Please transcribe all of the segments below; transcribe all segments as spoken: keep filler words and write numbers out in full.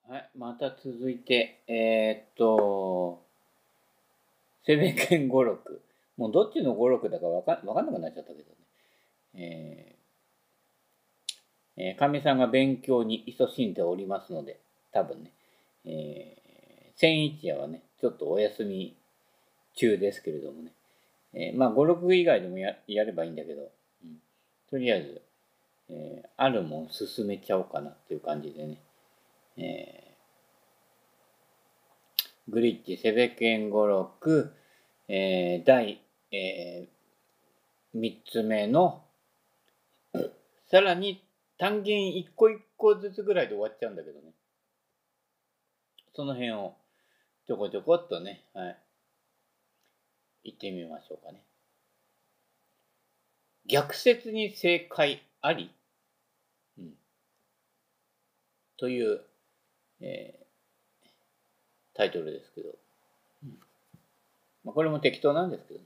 はい、また続いて、えー、っと、セベケン語録。もうどっちの語録だかわかわかんなくなっちゃったけどね。えーえー、神さんが勉強に勤しんでおりますので、多分ね、えー、千一夜はね、ちょっとお休み中ですけれどもね。えー、まあ、語録以外でも や, やればいいんだけど、うん、とりあえず、えー、あるもん進めちゃおうかなっていう感じでね。えーグリッチセベケン語録、えー、第、えー、みっつめの、さらに単元いっこいっこずつぐらいで終わっちゃうんだけどね。その辺をちょこちょこっとね、はい、言ってみましょうかね。逆説に正解あり、うん、という、えー、タイトルですけど、うんまあ、これも適当なんですけどね。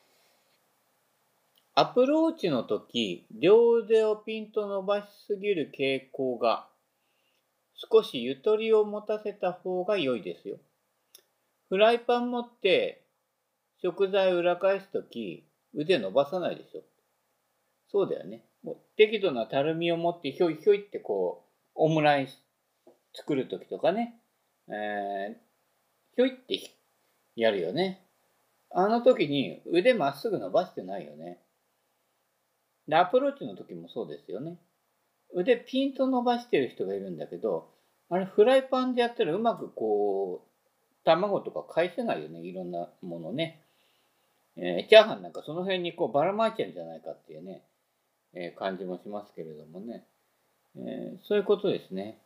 アプローチの時、両腕をピンと伸ばしすぎる傾向が少しゆとりを持たせた方が良いですよ。フライパン持って食材を裏返すとき、腕伸ばさないでしょ。そうだよね。もう適度なたるみを持ってひょいひょいってこう、オムライス作るときとかね、えー、ひょいってやるよね。あの時に腕まっすぐ伸ばしてないよね。で、アプローチの時もそうですよね。腕ピンと伸ばしてる人がいるんだけど、あれフライパンでやったらうまくこう、卵とか返せないよね、いろんなものね。えー、チャーハンなんかその辺にこうばらまいちゃうんじゃないかっていうね、えー、感じもしますけれどもね。えー、そういうことですね。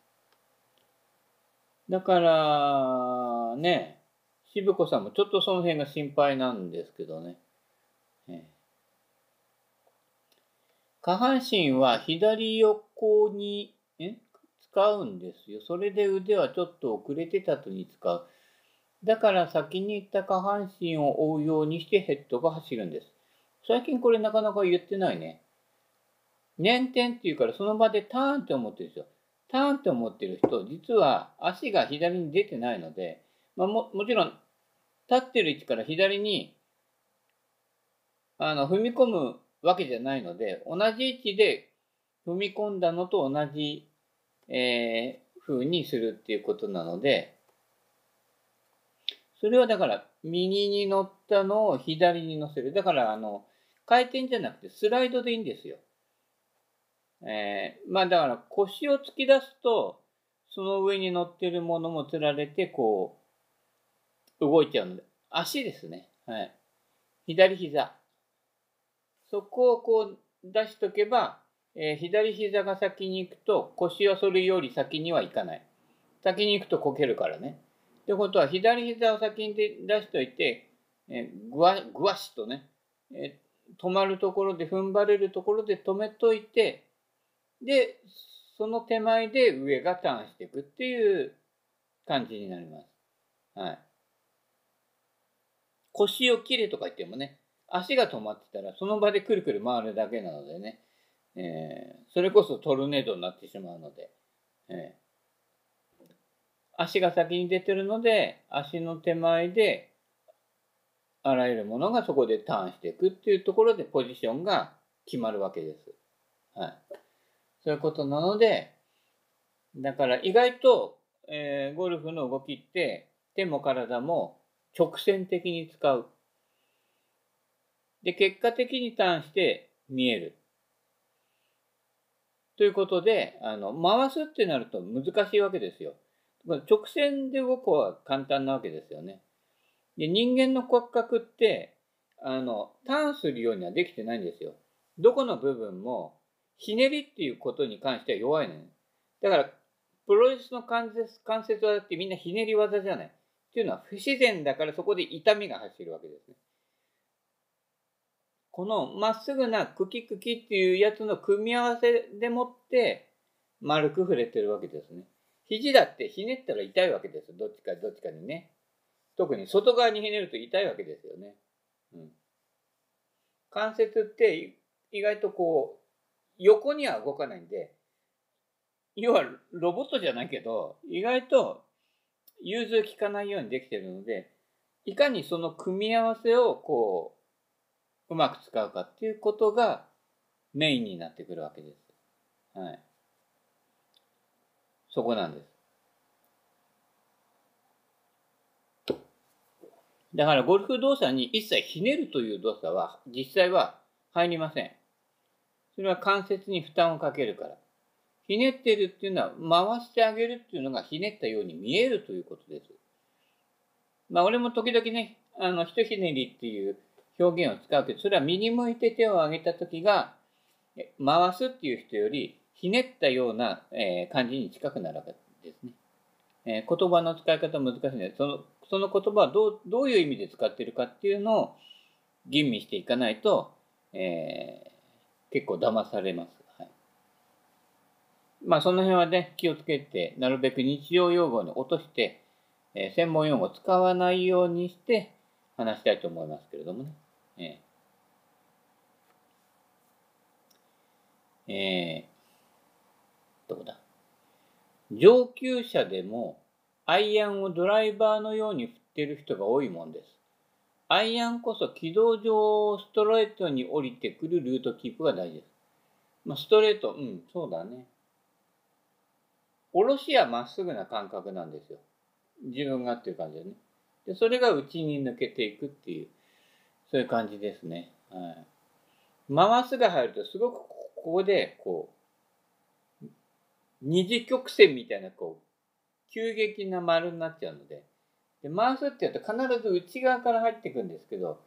だからね、渋子さんもちょっとその辺が心配なんですけどね。えー、下半身は左横にえ使うんですよ。それで腕はちょっと遅れてたとに使う。だから先に言った下半身を追うようにしてヘッドが走るんです。最近これなかなか言ってないね。捻転っていうからその場でターンって思ってるんですよ。ターンって思ってる人、実は足が左に出てないので、まあ、ももちろん立ってる位置から左にあの踏み込むわけじゃないので、同じ位置で踏み込んだのと同じ、えー、風にするっていうことなので、それはだから右に乗ったのを左に乗せる。だからあの回転じゃなくてスライドでいいんですよ。えー、まあだから腰を突き出すと、その上に乗ってるものもつられてこう動いちゃうので、足ですね。はい。左膝。そこをこう出しとけば、えー、左膝が先に行くと腰はそれより先には行かない。先に行くとこけるからね。ってことは左膝を先に出しといて、えー、ぐわぐわしとね、えー、止まるところで踏ん張れるところで止めといて、で、その手前で上がターンしていくっていう感じになります。はい。腰を切れとか言ってもね、足が止まってたらその場でくるくる回るだけなのでね、えー、それこそトルネードになってしまうので、えー、足が先に出てるので、足の手前であらゆるものがそこでターンしていくっていうところでポジションが決まるわけです。はい。そういうことなので、だから意外と、えー、ゴルフの動きって手も体も直線的に使う。で、結果的にターンして見える。ということで、あの、回すってなると難しいわけですよ。直線で動くは簡単なわけですよね。で、人間の骨格って、あの、ターンするようにはできてないんですよ。どこの部分も、ひねりっていうことに関しては弱いのよ。だから、プロレスの関節、関節技ってみんなひねり技じゃない。っていうのは不自然だからそこで痛みが走るわけですね。このまっすぐなクキクキっていうやつの組み合わせでもって丸く触れてるわけですね。肘だってひねったら痛いわけです。どっちかどっちかにね。特に外側にひねると痛いわけですよね。うん、関節って意外とこう横には動かないんで、 要はロボットじゃないけど、意外と融通きかないようにできているので、いかにその組み合わせをこう、うまく使うかっていうことがメインになってくるわけです。はい。そこなんです。だからゴルフ動作に一切ひねるという動作は実際は入りません。それは関節に負担をかけるから。ひねってるっていうのは回してあげるっていうのがひねったように見えるということです。まあ俺も時々ね、あの、ひとひねりっていう表現を使うけど、それは右向いて手を上げた時が、回すっていう人よりひねったような、えー、感じに近くなるわけですね。えー、言葉の使い方難しいので、その、その言葉はどう、どういう意味で使っているかっていうのを吟味していかないと、えー、結構騙されます。はい。まあその辺はね、気をつけて、なるべく日常用語に落として、えー、専門用語を使わないようにして話したいと思いますけれどもね。えー、えー、どこだ。上級者でもアイアンをドライバーのように振っている人が多いもんです。アイアンこそ軌道上ストレートに降りてくるルートキープが大事です。まあ、ストレート、うん、そうだね。下ろしはまっすぐな感覚なんですよ。自分がっていう感じでね。で、それが内に抜けていくっていう、そういう感じですね。はい。回すが入るとすごくここで、こう、二次曲線みたいな、こう、急激な丸になっちゃうので、で回すって言うと必ず内側から入っていくんですけど、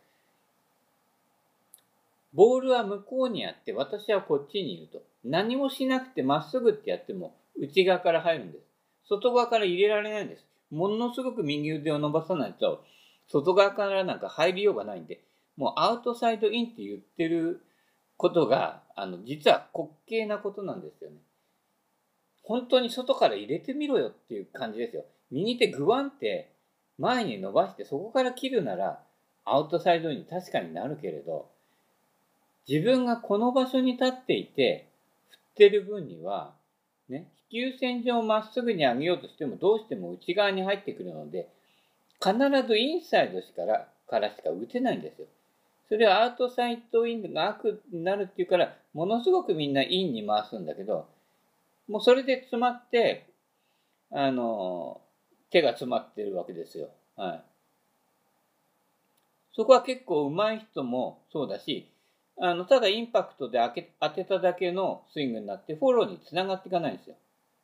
ボールは向こうにあって私はこっちにいると。何もしなくてまっすぐってやっても内側から入るんです。外側から入れられないんです。ものすごく右腕を伸ばさないと外側からなんか入りようがないんで、もうアウトサイドインって言ってることが、あの、実は滑稽なことなんですよね。本当に外から入れてみろよっていう感じですよ。右手グワンって前に伸ばしてそこから切るならアウトサイドに確かになるけれど、自分がこの場所に立っていて振ってる分には、ね、飛球線上をまっすぐに上げようとしてもどうしても内側に入ってくるので、必ずインサイドからからしか打てないんですよ。それはアウトサイドインが悪になるっていうから、ものすごくみんなインに回すんだけど、もうそれで詰まって、あの、手が詰まってるわけですよ。はい。そこは結構上手い人もそうだし、あの、ただインパクトで当て当てただけのスイングになってフォローにつながっていかないんですよ。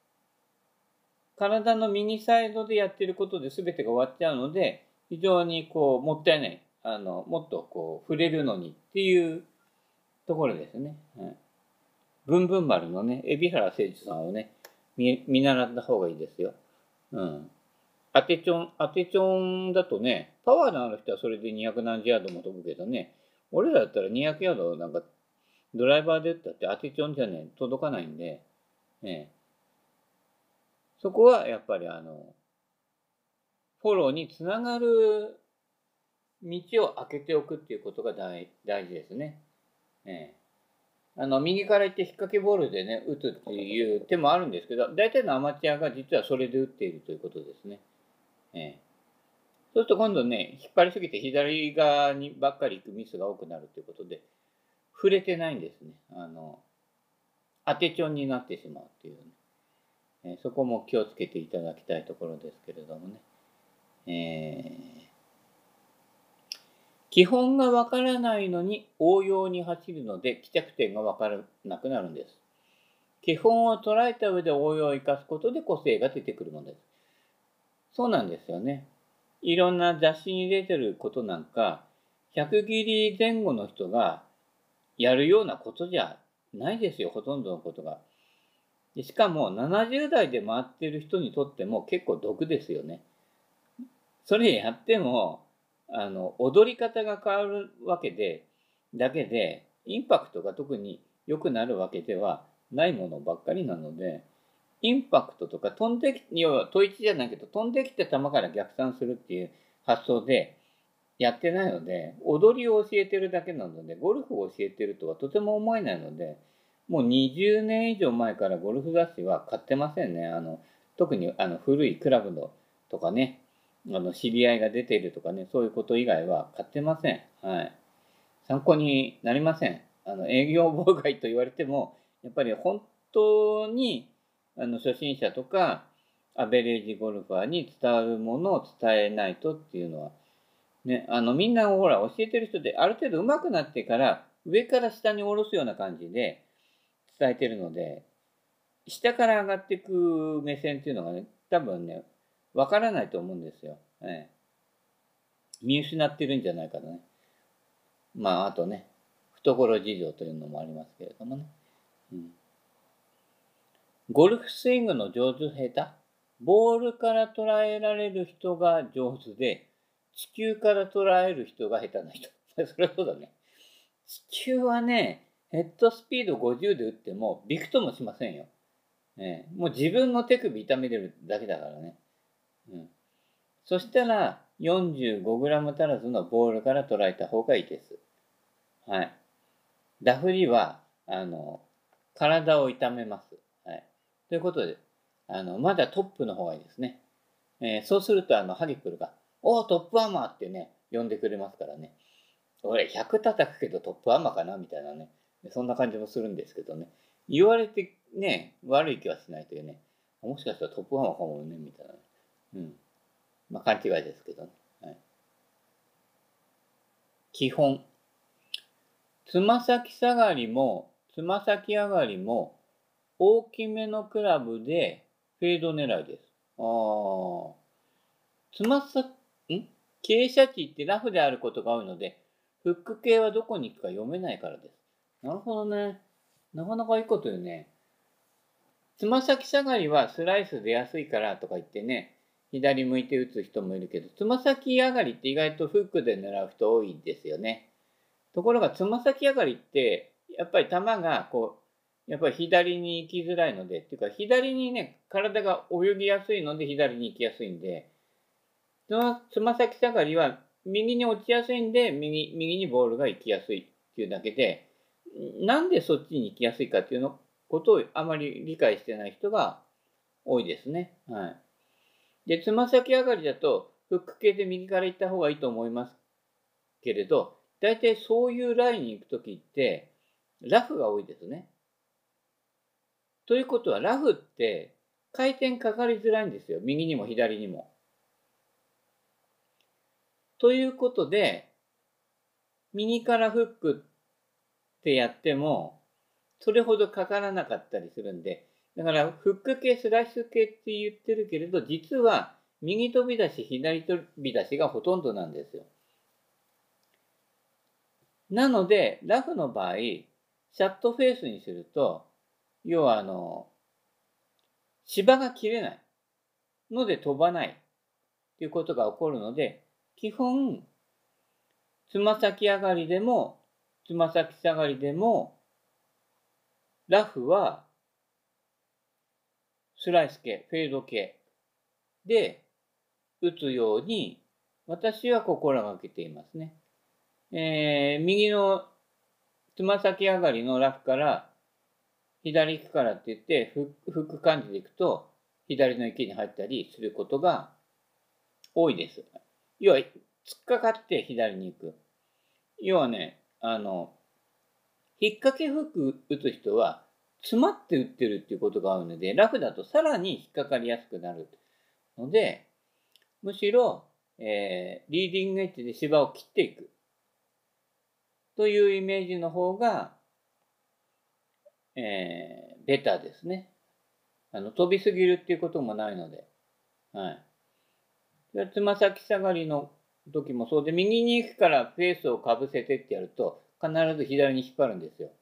体の右サイドでやってることで全てが終わっちゃうので、非常にこう、もったいない。あの、もっとこう、触れるのにっていうところですね。はい。ブンブン丸のね、海老原誠司さんをね、見、見習った方がいいですよ。うん。当てちょん、当てちょんだとね、パワーのある人はそれでにひゃく何十ヤードも飛ぶけどね、俺らだったらにひゃくヤードなんかドライバーで打ったって当てちょんじゃね、届かないんで、ね、そこはやっぱりあの、フォローにつながる道を開けておくっていうことが大大事ですね。えあの、右から行って引っ掛けボールでね、打つっていう手もあるんですけど、大体のアマチュアが実はそれで打っているということですね。ええ。そうすると今度ね、引っ張りすぎて左側にばっかり行くミスが多くなるということで、触れてないんですね。あの、当てちょんになってしまうっていうね。えー、そこも気をつけていただきたいところですけれどもね。えー、基本がわからないのに応用に走るので帰着点がわからなくなるんです。基本を捉えた上で応用を生かすことで個性が出てくるものです。そうなんですよね。いろんな雑誌に出てることなんか、ひゃく切り前後の人がやるようなことじゃないですよ、ほとんどのことが。でしかもななじゅう代で回ってる人にとっても結構毒ですよね。それやっても、あの、踊り方が変わるわけで、だけで、インパクトが特に良くなるわけではないものばっかりなので、インパクトとか飛んでき、要は統一じゃないけど、飛んできた球から逆算するっていう発想でやってないので、踊りを教えてるだけなので、ゴルフを教えてるとはとても思えないので、 もうにじゅうねん以上前からゴルフ雑誌は買ってませんね。あの特にあの古いクラブのとかね、あの知り合いが出ているとかね、そういうこと以外は買ってません。はい。参考になりません。あの営業妨害と言われても、やっぱり本当にあの初心者とかアベレージゴルファーに伝わるものを伝えないとっていうのは、ね、あのみんなほら教えてる人である程度上手くなってから上から下に下ろすような感じで伝えてるので、下から上がっていく目線っていうのがね、多分ね、わからないと思うんですよ。ええ、見失ってるんじゃないかなね。まあ、あとね、懐事情というのもありますけれどもね。うん、ゴルフスイングの上手下手、ボールから捉えられる人が上手で、地球から捉える人が下手な人。それはそうだね。地球はね、ヘッドスピードごじゅうで打ってもびくともしませんよ。ええ、もう自分の手首痛めてるだけだからね。うん、そしたら よんじゅうごグラム 足らずのボールから捉えた方がいいです。はい。ダフりは、あの、体を痛めます。はい。ということで、あの、まだトップの方がいいですね。えー、そうすると、あの、ハリプルが、おー、トップアーマーってね、呼んでくれますからね。俺、ひゃく叩くけどトップアーマーかなみたいなね。そんな感じもするんですけどね。言われてね、悪い気はしないというね。もしかしたらトップアーマーかもね、みたいな、ね。うん。まあ、勘違いですけどね。はい、基本。つま先下がりも、つま先上がりも、大きめのクラブでフェード狙いです。ああ。つま先、ん傾斜地ってラフであることが多いので、フック系はどこに行くか読めないからです。なるほどね。なかなかいいこと言うね。つま先下がりはスライス出やすいからとか言ってね、左向いて打つ人もいるけど、つま先上がりって意外とフックで狙う人多いんですよね。ところがつま先上がりってやっぱり球がこうやっぱり左に行きづらいのでっていうか左にね体が泳ぎやすいので左に行きやすいんで、そのつま先下がりは右に落ちやすいんで右右にボールが行きやすいっていうだけで、なんでそっちに行きやすいかっていうのことをあまり理解してない人が多いですね。はい。でつま先上がりだとフック系で右から行った方がいいと思いますけれど、大体そういうラインに行くときって、ラフが多いですね。ということは、ラフって回転かかりづらいんですよ。右にも左にも。ということで、右からフックってやっても、それほどかからなかったりするんで、だからフック系、スライス系って言ってるけれど、実は右飛び出し、左飛び出しがほとんどなんですよ。なので、ラフの場合、シャットフェースにすると、要はあの、芝が切れないので飛ばないということが起こるので、基本、つま先上がりでも、つま先下がりでも、ラフはスライス系、フェード系で打つように、私は心がけていますね。えー、右のつま先上がりのラフから左行くからって言ってフック感じでいくと左の池に入ったりすることが多いです。要は突っかかって左に行く。要はね、あの引っ掛けフック打つ人は詰まって打ってるっていうことがあるので、ラフだとさらに引っかかりやすくなるので、むしろ、えー、リーディングエッジで芝を切っていくというイメージの方が、えー、ベターですね。あの飛びすぎるっていうこともないので。はい。つま先下がりの時もそうで、右に行くからフェースをかぶせてってやると、必ず左に引っ張るんですよ。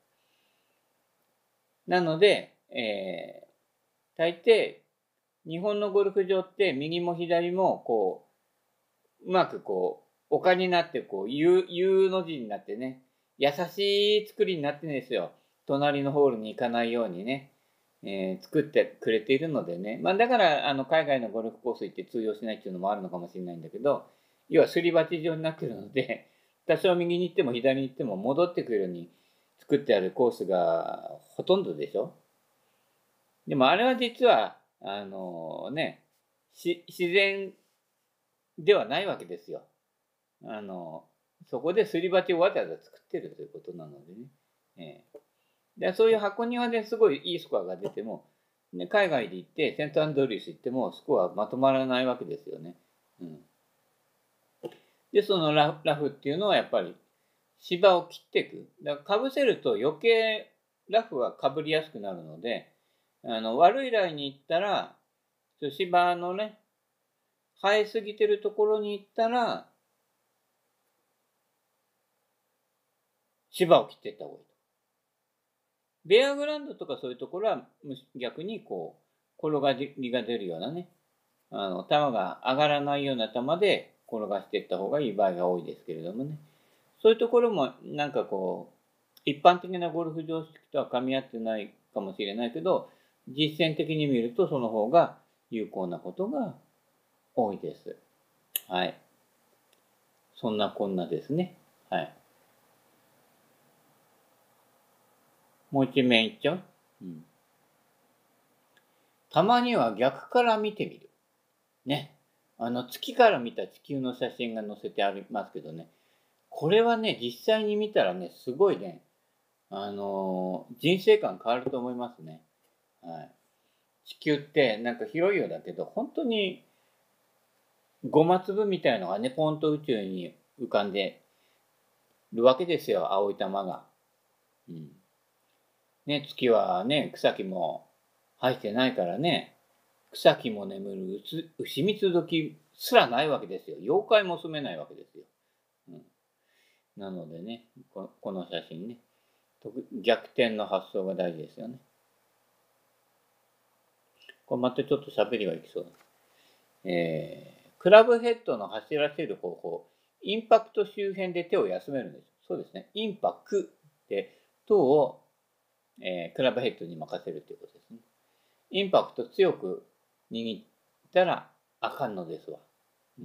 なので、えー、大抵、日本のゴルフ場って右も左もこう、うまくこう、丘になってこう U, U の字になってね、優しい作りになってるんですよ。隣のホールに行かないようにね、えー、作ってくれているのでね。まあだからあの海外のゴルフコース行って通用しないっていうのもあるのかもしれないんだけど、要はすり鉢状になってるので、多少右に行っても左に行っても戻ってくるように作ってあるコースがほとんどでしょ。でもあれは実は、あのね、し自然ではないわけですよ。あの、そこですり鉢をわざわざ作ってるということなのでね。えー、でそういう箱庭ですごいいいスコアが出ても、ね、海外で行ってセントアンドリュース行ってもスコアはまとまらないわけですよね。うん、でそのラフラフっていうのはやっぱり芝を切っていく。だからかぶせると余計ラフはかぶりやすくなるので、あの悪いラインに行ったら芝のね生えすぎてるところに行ったら芝を切っていった方がいいと。ベアグラウンドとかそういうところは逆にこう転がりが出るようなね、あの球が上がらないような球で転がしていった方がいい場合が多いですけれどもね。そういうところもなんかこう一般的なゴルフ常識とは噛み合ってないかもしれないけど、実践的に見るとその方が有効なことが多いです。はい。そんなこんなですね。はい。もう一面いっちゃう、うん、たまには逆から見てみる。ね。あの月から見た地球の写真が載せてありますけどね。これはね、実際に見たらね、すごいね、あのー、人生観変わると思いますね。はい。地球ってなんか広いようだけど、本当にごま粒みたいのがね、ポンと宇宙に浮かんでるわけですよ、青い玉が。うん。ね、月はね、草木も生えてないからね、草木も眠る牛蜜時すらないわけですよ。妖怪も住めないわけですよ。うん、なのでねこ、この写真ね、逆転の発想が大事ですよね。これまたちょっと喋りがいきそうだ。えー、クラブヘッドの走らせる方法、インパクト周辺で手を休めるんです。そうですね。インパクで、頭を、えー、クラブヘッドに任せるということですね。インパクト強く握ったらあかんのですわ。うん、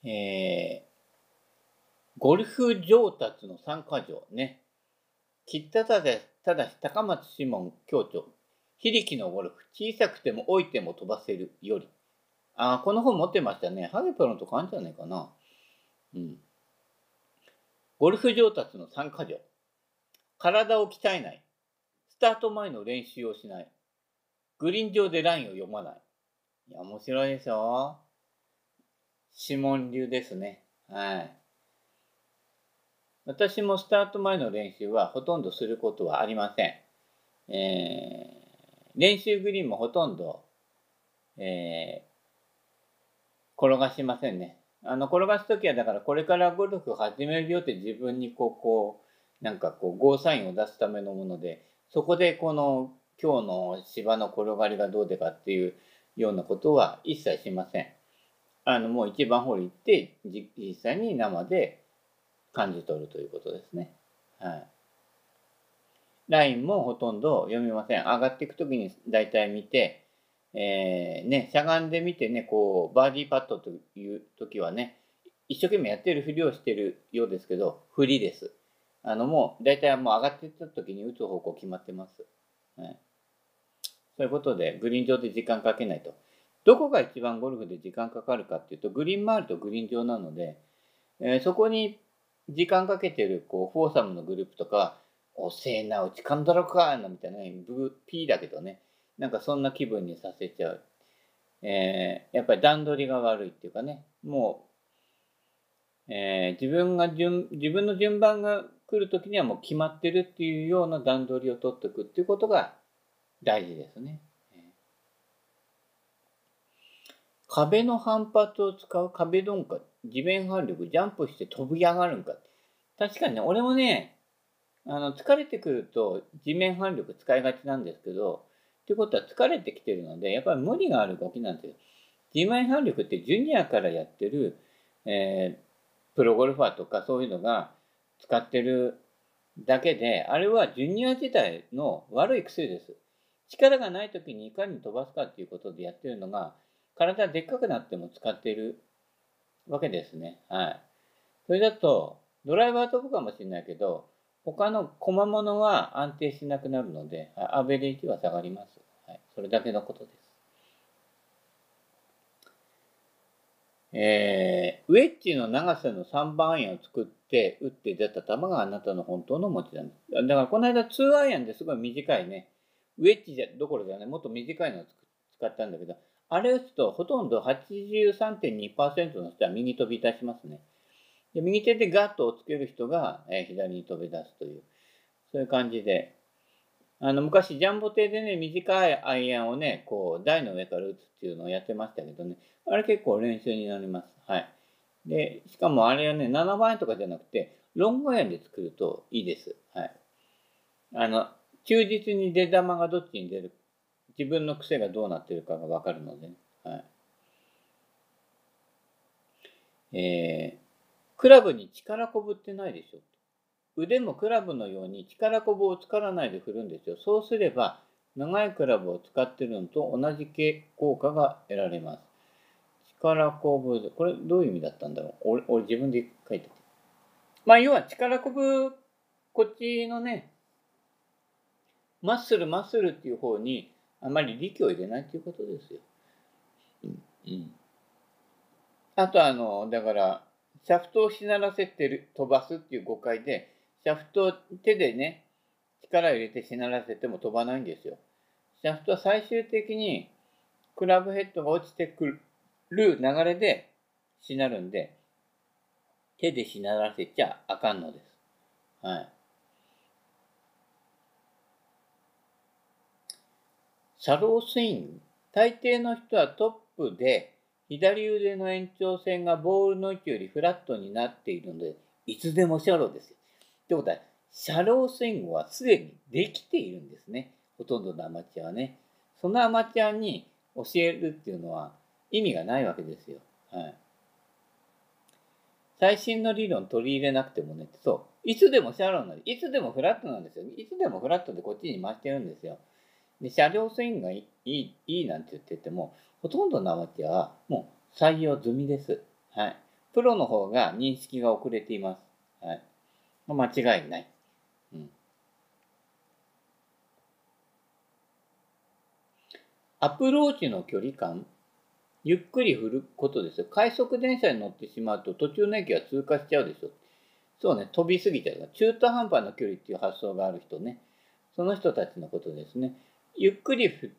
えー、ゴルフ上達の参加条ね。切ったただただし高松志門教著。非力のゴルフ。小さくても置いても飛ばせるより。あ、この本持ってましたね。ハゲプロのとこあるんじゃないかな。うん。ゴルフ上達の参加条。体を鍛えない。スタート前の練習をしない。グリーン上でラインを読まない。いや、面白いでしょ。指紋流ですね。はい。私もスタート前の練習はほとんどすることはありません。えー、練習グリーンもほとんど、えー、転がしませんね。あの、転がすときは、だからこれからゴルフ始めるよって自分にこう、こう、なんかこう、ゴーサインを出すためのもので、そこでこの、今日の芝の転がりがどうでかっていうようなことは一切しません。あの、もういちばんホール行って、実際に生で感じ取るということですね。はい。ラインもほとんど読みません。上がっていくときに大体見て、えー、ね、しゃがんでみてね、こう、バーディーパットというときはね、一生懸命やってるふりをしてるようですけど、振りです。あの、もう、大体もう上がっていったときに打つ方向決まってます。はい。そういうことで、グリーン上で時間かけないと。どこが一番ゴルフで時間かかるかっていうと、グリーン周りとグリーン上なので、えー、そこに時間かけてるこうフォーサムのグループとか、遅えな、うちかんだろかーなみたいな、ブーピーだけどね、なんかそんな気分にさせちゃう。えー、やっぱり段取りが悪いっていうかね、もう、えー、自分が順自分の順番が来るときにはもう決まってるっていうような段取りを取っていくっていうことが大事ですね。壁の反発を使う壁ドンか、地面反力、ジャンプして飛び上がるんか。確かにね、俺もね、あの疲れてくると地面反力使いがちなんですけど、ということは疲れてきてるので、やっぱり無理がある動きなんですよ。地面反力ってジュニアからやってる、えー、プロゴルファーとかそういうのが使ってるだけで、あれはジュニア時代の悪い癖です。力がない時にいかに飛ばすかっていうことでやってるのが、体でっかくなっても使っているわけですね。はい。 それだと、ドライバー飛ぶかもしれないけど、他の小物は安定しなくなるので、アベレージは下がります。はい、それだけのことです。えー、ウェッジの長さのさんばんアイアンを作って打って出た球があなたの本当の持ちなんです。だからこの間ツーアイアンですごい短いね、ウェッジじゃどころじゃない、もっと短いのを使ったんだけど、あれを打つとほとんど はちじゅうさんてんにパーセント の人は右飛びいたしますね。で右手でガッとをつける人が、えー、左に飛び出すという、そういう感じで、あの昔ジャンボ艇でね、短いアイアンをね、こう台の上から打つっていうのをやってましたけどね、あれ結構練習になります。はい。で、しかもあれはね、ななばんアイアンとかじゃなくて、ロングアイアンで作るといいです。はい。あの、忠実に出玉がどっちに出る、自分の癖がどうなってるかがわかるのでね。はい。えー、クラブに力こぶってないでしょ。腕もクラブのように力こぶを使わないで振るんですよ。そうすれば、長いクラブを使っているのと同じ効果が得られます。力こぶ、これどういう意味だったんだろう。俺、俺自分で書いてて。まあ、要は力こぶ、こっちのね、マッスル、マッスルっていう方にあまり力を入れないっていうことですよ。うんうん、あとあの、だから、シャフトをしならせてる、飛ばすっていう誤解で、シャフトを手でね、力を入れてしならせても飛ばないんですよ。シャフトは最終的にクラブヘッドが落ちてくる流れでしなるんで、手でしならせちゃあかんのです。はい。シャロースイング。大抵の人はトップで左腕の延長線がボールの位置よりフラットになっているので、いつでもシャローですよ。ってことは、シャロースイングはすでにできているんですね。ほとんどのアマチュアはね。そのアマチュアに教えるっていうのは意味がないわけですよ。はい。最新の理論取り入れなくてもね、そう。いつでもシャローなんで、いつでもフラットなんですよ。いつでもフラットでこっちに回してるんですよ。で、車両スイングがいい、いいなんて言ってても、ほとんどのアマチュアはもう採用済みです。はい。プロの方が認識が遅れています。はい。間違いない。うん。アプローチの距離感、ゆっくり振ることですよ。快速電車に乗ってしまうと途中の駅は通過しちゃうでしょ。そうね、飛びすぎちゃう。中途半端な距離っていう発想がある人ね。その人たちのことですね。ゆっくり振って、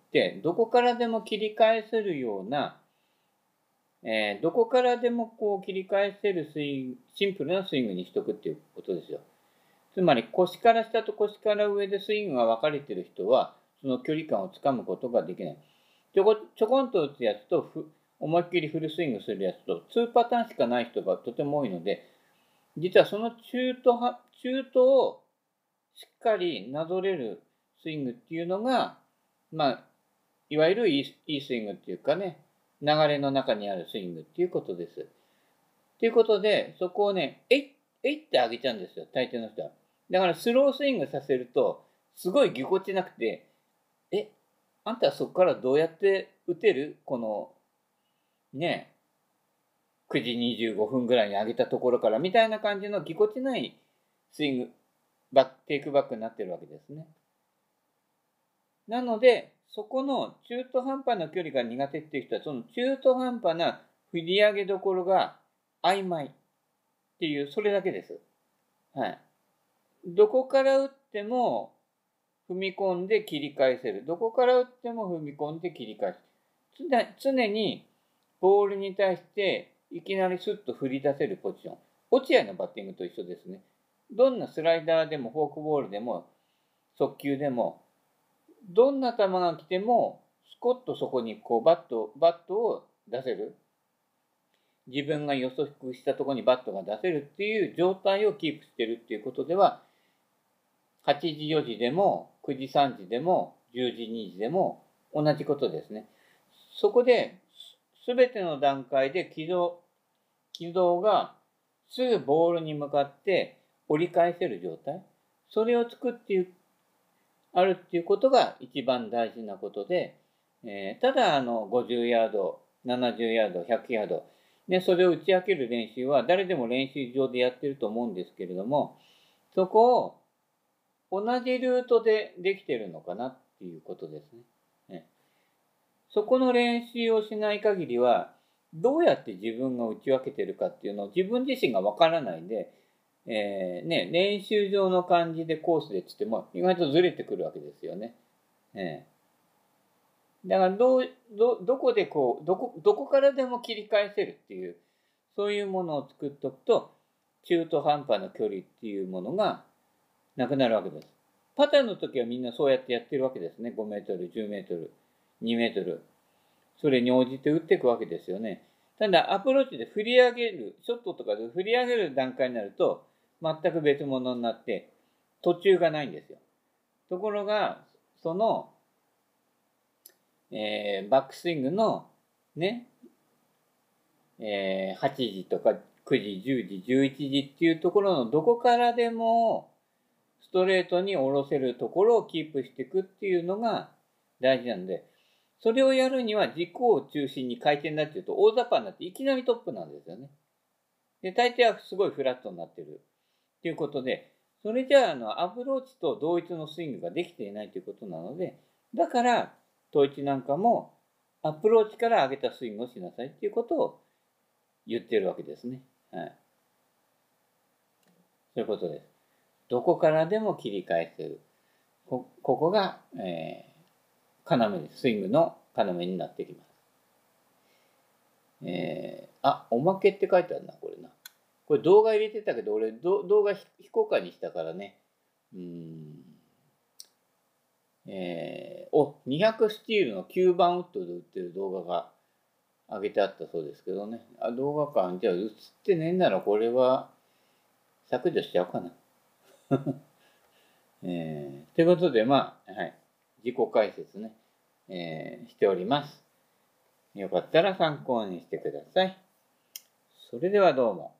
どこからでも切り返せるような、えー、どこからでもこう切り返せるスイング、シンプルなスイングにしとくっていうことですよ。つまり腰から下と腰から上でスイングが分かれている人は、その距離感をつかむことができない。ちょこちょこんと打つやつとふ、思いっきりフルスイングするやつと、にパターンしかない人がとても多いので、実はその中途は、中途をしっかりなぞれるスイングっていうのが、まあ、いわゆるいいいいスイングっていうかね、流れの中にあるスイングっていうことです。ということで、そこをね、えい、えいって上げちゃうんですよ、大抵の人は。だからスロースイングさせると、すごいぎこちなくて、え、あんたはそこからどうやって打てるこの、ね、くじにじゅうごふんぐらいに上げたところからみたいな感じのぎこちないスイング、バック、テイクバックになってるわけですね。なので、そこの中途半端な距離が苦手っていう人は、その中途半端な振り上げどころが曖昧っていう、それだけです。はい。どこから打っても踏み込んで切り返せる。どこから打っても踏み込んで切り返す。常にボールに対していきなりスッと振り出せるポジション。落合のバッティングと一緒ですね。どんなスライダーでもフォークボールでも速球でも、どんな球が来てもスコッとそこにこうバット、バットを出せる。自分が予測したところにバットが出せるっていう状態をキープしてるっていうことでは、はちじよじでもくじさんじでもじゅうじにじでも同じことですね。そこで全ての段階で軌道、軌道がすぐボールに向かって折り返せる状態。それを作ってあるっていうことが一番大事なことで、えー、ただあのごじゅうヤード、ななじゅうヤード、ひゃくヤード、 で、それを打ち明ける練習は誰でも練習場でやってると思うんですけれども、そこを同じルートでできてるのかなっていうことですね。ね、そこの練習をしない限りは、どうやって自分が打ち分けてるかっていうのを自分自身がわからないで、えー、ね、練習場の感じでコースでつっても意外とずれてくるわけですよね。えー、だからどう、ど、どこでこう、どこ、どこからでも切り返せるっていう、そういうものを作っておくと、中途半端な距離っていうものがなくなるわけです。パターの時はみんなそうやってやってるわけですね。ごメートル、じゅうメートル、にメートル。それに応じて打っていくわけですよね。ただ、アプローチで振り上げる、ショットとかで振り上げる段階になると、全く別物になって、途中がないんですよ。ところが、その、えー、バックスイングの、ね、えー、はちじとかくじ、じゅうじ、じゅういちじっていうところのどこからでも、ストレートに下ろせるところをキープしていくっていうのが大事なので、それをやるには軸を中心に回転だっていうと大雑把になっていきなりトップなんですよね。で、大抵はすごいフラットになってるっていうことで、それじゃあ、あの、アプローチと同一のスイングができていないということなので、だから、統一なんかもアプローチから上げたスイングをしなさいっていうことを言ってるわけですね。はい。そういうことです。どこからでも切り返せる。こ、ここが、えー、要です。スイングの要になってきます。えー、あ、おまけって書いてあるな、これな。これ動画入れてたけど、俺、動画非公開にしたからね。うーん。えー、お、にひゃくスティールのきゅうばんウッドで売ってる動画が上げてあったそうですけどね。あ、動画館、じゃあ映ってねえならこれは削除しちゃおうかな。えー、ということで、まあ、はい。自己解説ね、えー、しております。よかったら参考にしてください。それではどうも。